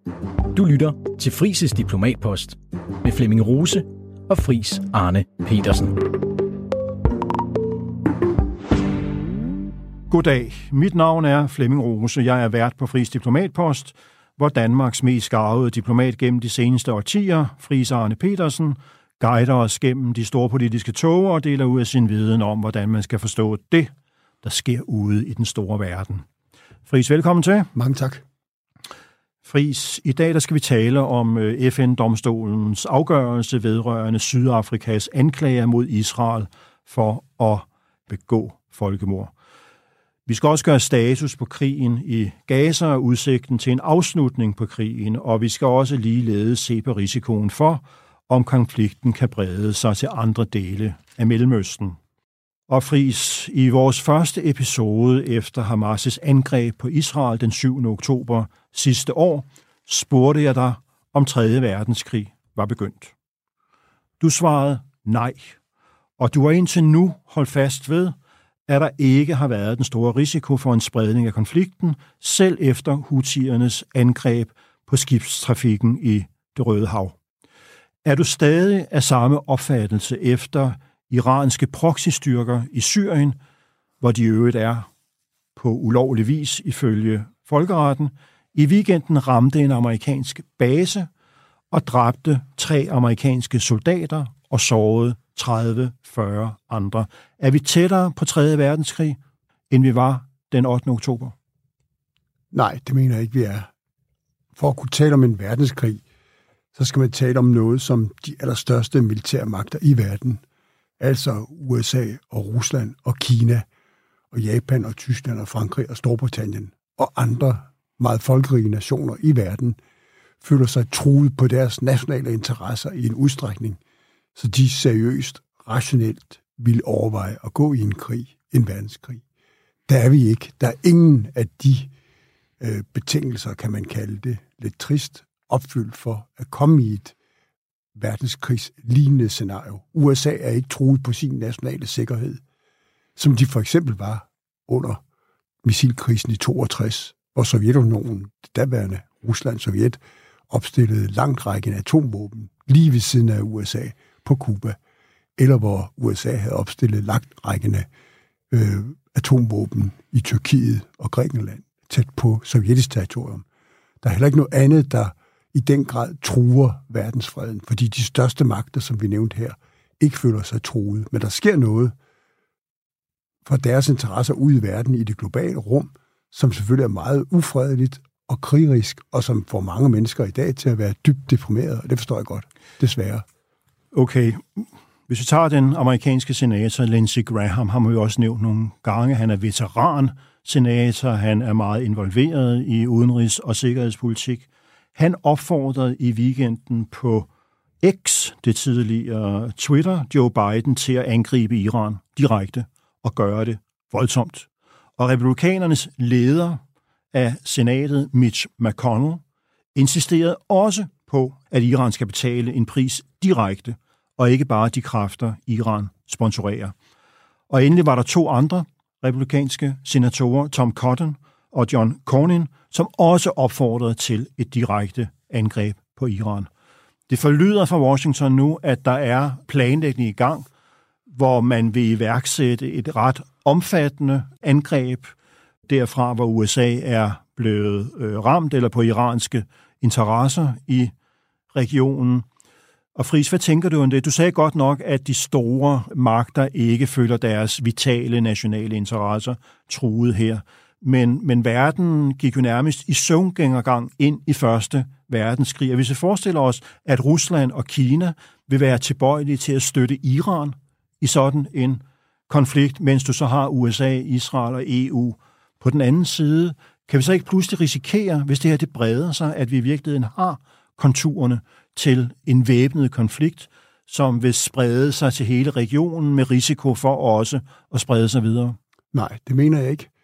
Du lytter til Frises Diplomatpost med Flemming Rose og Friis Arne Petersen. Goddag, mit navn er Flemming Rose. Jeg er vært på Friis Diplomatpost, hvor Danmarks mest garvede diplomat gennem de seneste årtier, Friis Arne Petersen, guider os gennem de store politiske tog og deler ud af sin viden om, hvordan man skal forstå det, der sker ude i den store verden. Friis, velkommen til. Mange tak. Friis, i dag der skal vi tale om FN-domstolens afgørelse vedrørende Sydafrikas anklager mod Israel for at begå folkemord. Vi skal også gøre status på krigen i Gaza og udsigten til en afslutning på krigen, og vi skal også ligeledes se på risikoen for, om konflikten kan brede sig til andre dele af Mellemøsten. Og Friis, i vores første episode efter Hamas' angreb på Israel den 7. oktober sidste år, spurgte jeg dig, om 3. verdenskrig var begyndt. Du svarede nej, og du har indtil nu holdt fast ved, at der ikke har været den store risiko for en spredning af konflikten, selv efter houthiernes angreb på skibstrafikken i Det Røde Hav. Er du stadig af samme opfattelse efter iranske proxystyrker i Syrien, hvor de øvrigt er på ulovlig vis ifølge folkeretten, i weekenden ramte en amerikansk base og dræbte 3 amerikanske soldater og sårede 30-40 andre. Er vi tættere på 3. verdenskrig, end vi var den 8. oktober? Nej, det mener jeg ikke, vi er. For at kunne tale om en verdenskrig, så skal man tale om noget som de allerstørste militære magter i verden. Altså USA og Rusland og Kina og Japan og Tyskland og Frankrig og Storbritannien og andre meget folkerige nationer i verden føler sig truet på deres nationale interesser i en udstrækning, så de seriøst, rationelt vil overveje at gå i en krig, en verdenskrig. Der er vi ikke. Der er ingen af de betingelser, kan man kalde det, lidt trist, opfyldt for at komme i et verdenskrigslignende scenario. USA er ikke truet på sin nationale sikkerhed, som de for eksempel var under missilkrisen i 62, hvor Sovjetunionen, det daværende Rusland, Sovjet, opstillede langt række atomvåben lige ved siden af USA på Cuba, eller hvor USA havde opstillet langt rækkende atomvåben i Tyrkiet og Grækenland, tæt på sovjetisk territorium. Der er heller ikke noget andet, der i den grad truer verdensfreden, fordi de største magter, som vi nævnte her, ikke føler sig truet. Men der sker noget for deres interesser ude i verden i det globale rum, som selvfølgelig er meget ufredeligt og krigerisk, og som får mange mennesker i dag til at være dybt deprimerede, og det forstår jeg godt, desværre. Okay, hvis vi tager den amerikanske senator Lindsey Graham, har man jo også nævnt nogle gange, han er veteran-senator, han er meget involveret i udenrigs- og sikkerhedspolitik. Han opfordrede i weekenden på X, det tidligere Twitter, Joe Biden til at angribe Iran direkte og gøre det voldsomt. Og republikanernes leder af senatet, Mitch McConnell, insisterede også på, at Iran skal betale en pris direkte, og ikke bare de kræfter, Iran sponsorerer. Og endelig var der 2 andre republikanske senatorer, Tom Cotton og John Cornyn, som også opfordrede til et direkte angreb på Iran. Det forlyder fra Washington nu, at der er planlægning i gang, hvor man vil iværksætte et ret omfattende angreb derfra, hvor USA er blevet ramt, eller på iranske interesser i regionen. Og Friis, hvad tænker du om det? Du sagde godt nok, at de store magter ikke føler deres vitale nationale interesser truet her. Men verden gik jo nærmest i søvngængergang ind i 1. verdenskrig. Og hvis vi forestiller os, at Rusland og Kina vil være tilbøjelige til at støtte Iran i sådan en konflikt, mens du så har USA, Israel og EU på den anden side, kan vi så ikke pludselig risikere, hvis det her det breder sig, at vi i virkeligheden har konturerne til en væbnet konflikt, som vil sprede sig til hele regionen med risiko for også at sprede sig videre? Nej, det mener jeg ikke.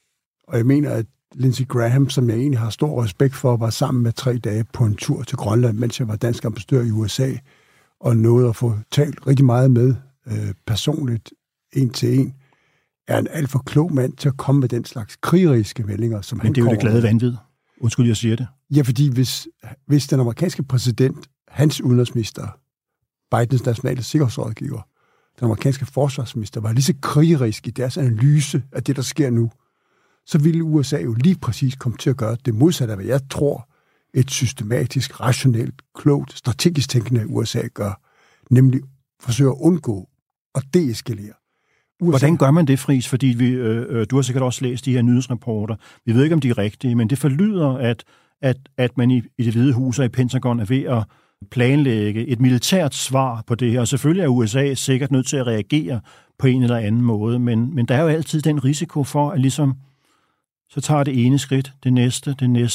Og jeg mener, at Lindsey Graham, som jeg egentlig har stor respekt for, var sammen med 3 dage på en tur til Grønland, mens jeg var dansk ambassadør i USA, og nåede at få talt rigtig meget med personligt, en til en, er en alt for klog mand til at komme med den slags krigeriske meldinger, som han kommer. Men det er jo det glade vanvid. Undskyld, jeg siger det. Ja, fordi hvis den amerikanske præsident, hans udenrigsminister, Bidens nationale sikkerhedsrådgiver, den amerikanske forsvarsminister, var lige så krigerisk i deres analyse af det, der sker nu, så ville USA jo lige præcis komme til at gøre det modsatte af, hvad jeg tror, et systematisk, rationelt, klogt, strategisk tænkende USA gør, nemlig forsøger at undgå og deeskalere. Hvordan gør man det, Friis? Fordi du har sikkert også læst de her nyhedsrapporter. Vi ved ikke, om de er rigtige, men det forlyder, at man i Det Hvide Hus og i Pentagon er ved at planlægge et militært svar på det her. Og selvfølgelig er USA sikkert nødt til at reagere på en eller anden måde, men der er jo altid den risiko for, at ligesom så tager det ene skridt, det næste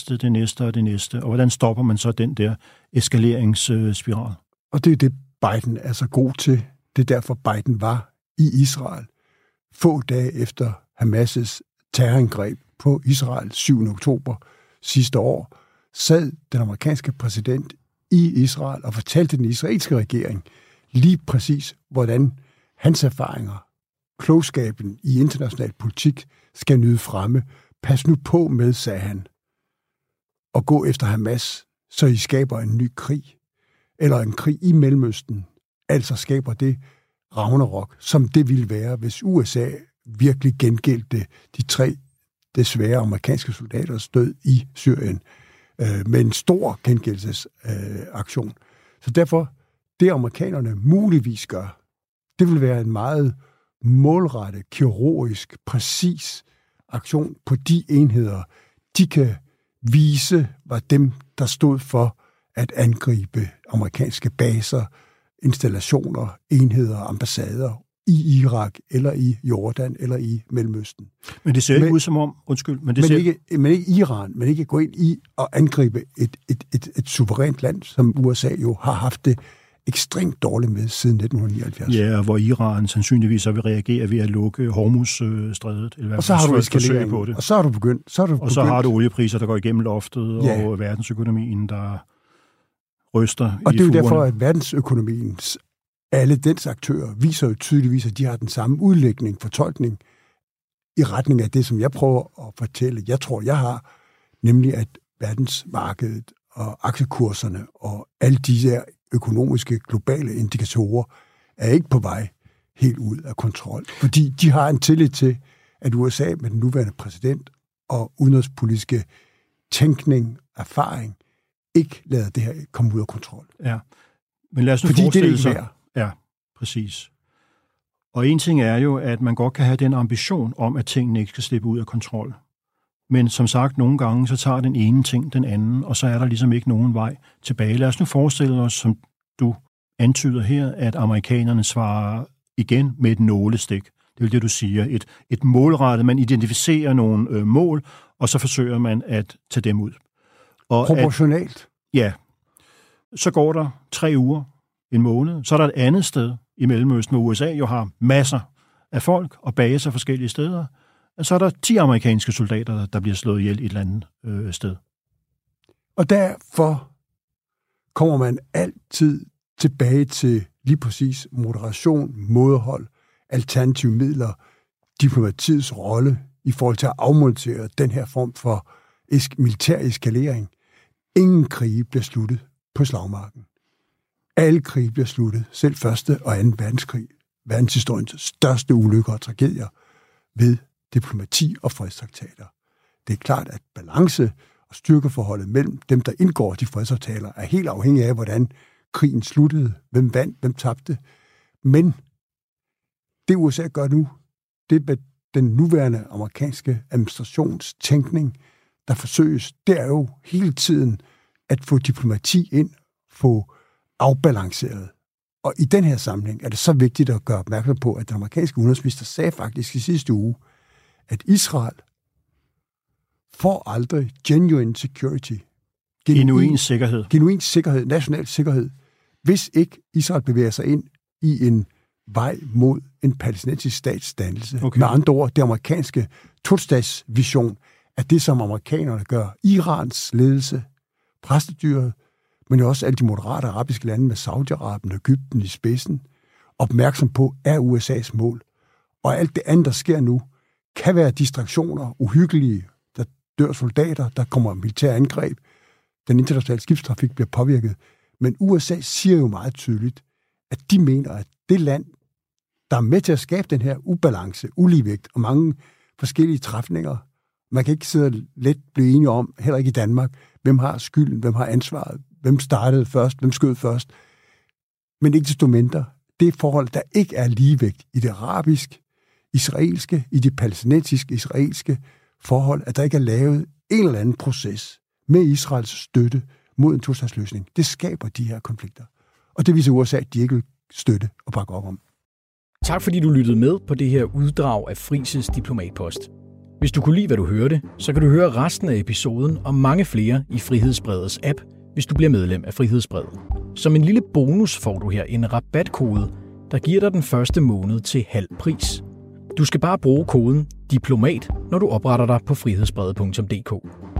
og det næste. Og hvordan stopper man så den der eskaleringsspiral? Og det er det, Biden er så god til. Det er derfor, Biden var i Israel få dage efter Hamas' terrorangreb på Israel 7. oktober sidste år, sad den amerikanske præsident i Israel og fortalte den israelske regering lige præcis, hvordan hans erfaringer, klogskaben i international politik skal nyde fremme. Pas nu på med, sagde han, og gå efter Hamas, så I skaber en ny krig, eller en krig i Mellemøsten, altså skaber det Ragnarok, som det ville være, hvis USA virkelig gengældte de 3 desværre amerikanske soldaters død i Syrien med en stor gengældelsesaktion. Så derfor, det amerikanerne muligvis gør, det vil være en meget målrettet, kirurgisk, præcis aktion på de enheder. De kan vise, var dem, der stod for at angribe amerikanske baser, installationer, enheder, ambassader i Irak, eller i Jordan, eller i Mellemøsten. Men det ser ikke ud som om, undskyld, men ikke Iran, men ikke gå ind i og angribe et suverænt land, som USA jo har haft det ekstremt dårligt med siden 1979. Ja, hvor Iran sandsynligvis så vil reagere ved at lukke Hormuz-strædet. Og så har du eskalering på det. Og så har du begyndt. Og så har du oliepriser, der går igennem loftet, ja, og verdensøkonomien, der ryster i fugerne. Og det er jo derfor, at verdensøkonomiens alle dens aktører viser jo tydeligvis, at de har den samme udlægning, fortolkning i retning af det, som jeg prøver at fortælle. Jeg tror, jeg har, nemlig at verdensmarkedet og aktiekurserne og alle de her økonomiske globale indikatorer er ikke på vej helt ud af kontrol. Fordi de har en tillid til, at USA med den nuværende præsident og udenrigspolitiske tænkning, erfaring, ikke lader det her komme ud af kontrol. Ja, men lad os nu fordi forestille det er ikke sig... Ja, præcis. Og en ting er jo, at man godt kan have den ambition om, at tingene ikke skal slippe ud af kontrol. Men som sagt, nogle gange, så tager den ene ting den anden, og så er der ligesom ikke nogen vej tilbage. Lad os nu forestille os, som du antyder her, at amerikanerne svarer igen med et nålestik. Det er jo det, du siger. Et målrettet, man identificerer nogle mål, og så forsøger man at tage dem ud. Og proportionalt? Ja. Så går der 3 uger, en måned. Så er der et andet sted i Mellemøsten, hvor USA jo har masser af folk og baser forskellige steder. Så er der 10 amerikanske soldater, der bliver slået ihjel i et eller andet sted. Og derfor kommer man altid tilbage til lige præcis moderation, mådehold, alternative midler, diplomatiets rolle i forhold til at afmontere den her form for militær eskalering. Ingen krige bliver sluttet på slagmarken. Alle krige bliver sluttet, selv 1. og 2. verdenskrig, verdenshistoriens største ulykker og tragedier, ved diplomati og fredstraktater. Det er klart, at balance og styrkeforholdet mellem dem, der indgår de fredsaftaler, er helt afhængig af, hvordan krigen sluttede, hvem vandt, hvem tabte. Men det USA gør nu, det er den nuværende amerikanske administrations tænkning, der forsøges, det er jo hele tiden at få diplomati ind, få afbalanceret. Og i den her sammenhæng er det så vigtigt at gøre opmærksom på, at den amerikanske udenrigsminister sagde faktisk i sidste uge, at Israel får aldrig genuine security. Genuin sikkerhed. Genuin sikkerhed, national sikkerhed, hvis ikke Israel bevæger sig ind i en vej mod en palæstinensisk statsdannelse. Okay. Med andre ord, det amerikanske tostatsvision er det, som amerikanerne gør. Irans ledelse, præstestyret, men jo også alle de moderate arabiske lande med Saudi-Arabien og Egypten i spidsen, opmærksom på, er USA's mål. Og alt det andet, der sker nu, kan være distraktioner, uhyggelige, dør soldater, der kommer militære angreb, den internationale skibstrafik bliver påvirket. Men USA siger jo meget tydeligt, at de mener, at det land, der er med til at skabe den her ubalance, uligevægt og mange forskellige træfninger, man kan ikke sidde let blive enige om, heller ikke i Danmark, hvem har skylden, hvem har ansvaret, hvem startede først, hvem skød først. Men ikke desto mindre, det er forhold, der ikke er ligevægt i det arabisk-israelske, i det palæstinensisk-israelske forhold, at der ikke er lavet en eller anden proces med Israels støtte mod en tostatsløsning. Det skaber de her konflikter. Og det viser USA, at de ikke vil støtte og bakke op om. Tak fordi du lyttede med på det her uddrag af Friis' Diplomatpost. Hvis du kunne lide, hvad du hørte, så kan du høre resten af episoden og mange flere i Frihedsbrevets app, hvis du bliver medlem af Frihedsbrevet. Som en lille bonus får du her en rabatkode, der giver dig den første måned til halv pris. Du skal bare bruge koden DIPLOMAT, når du opretter dig på frihedsbrevet.dk.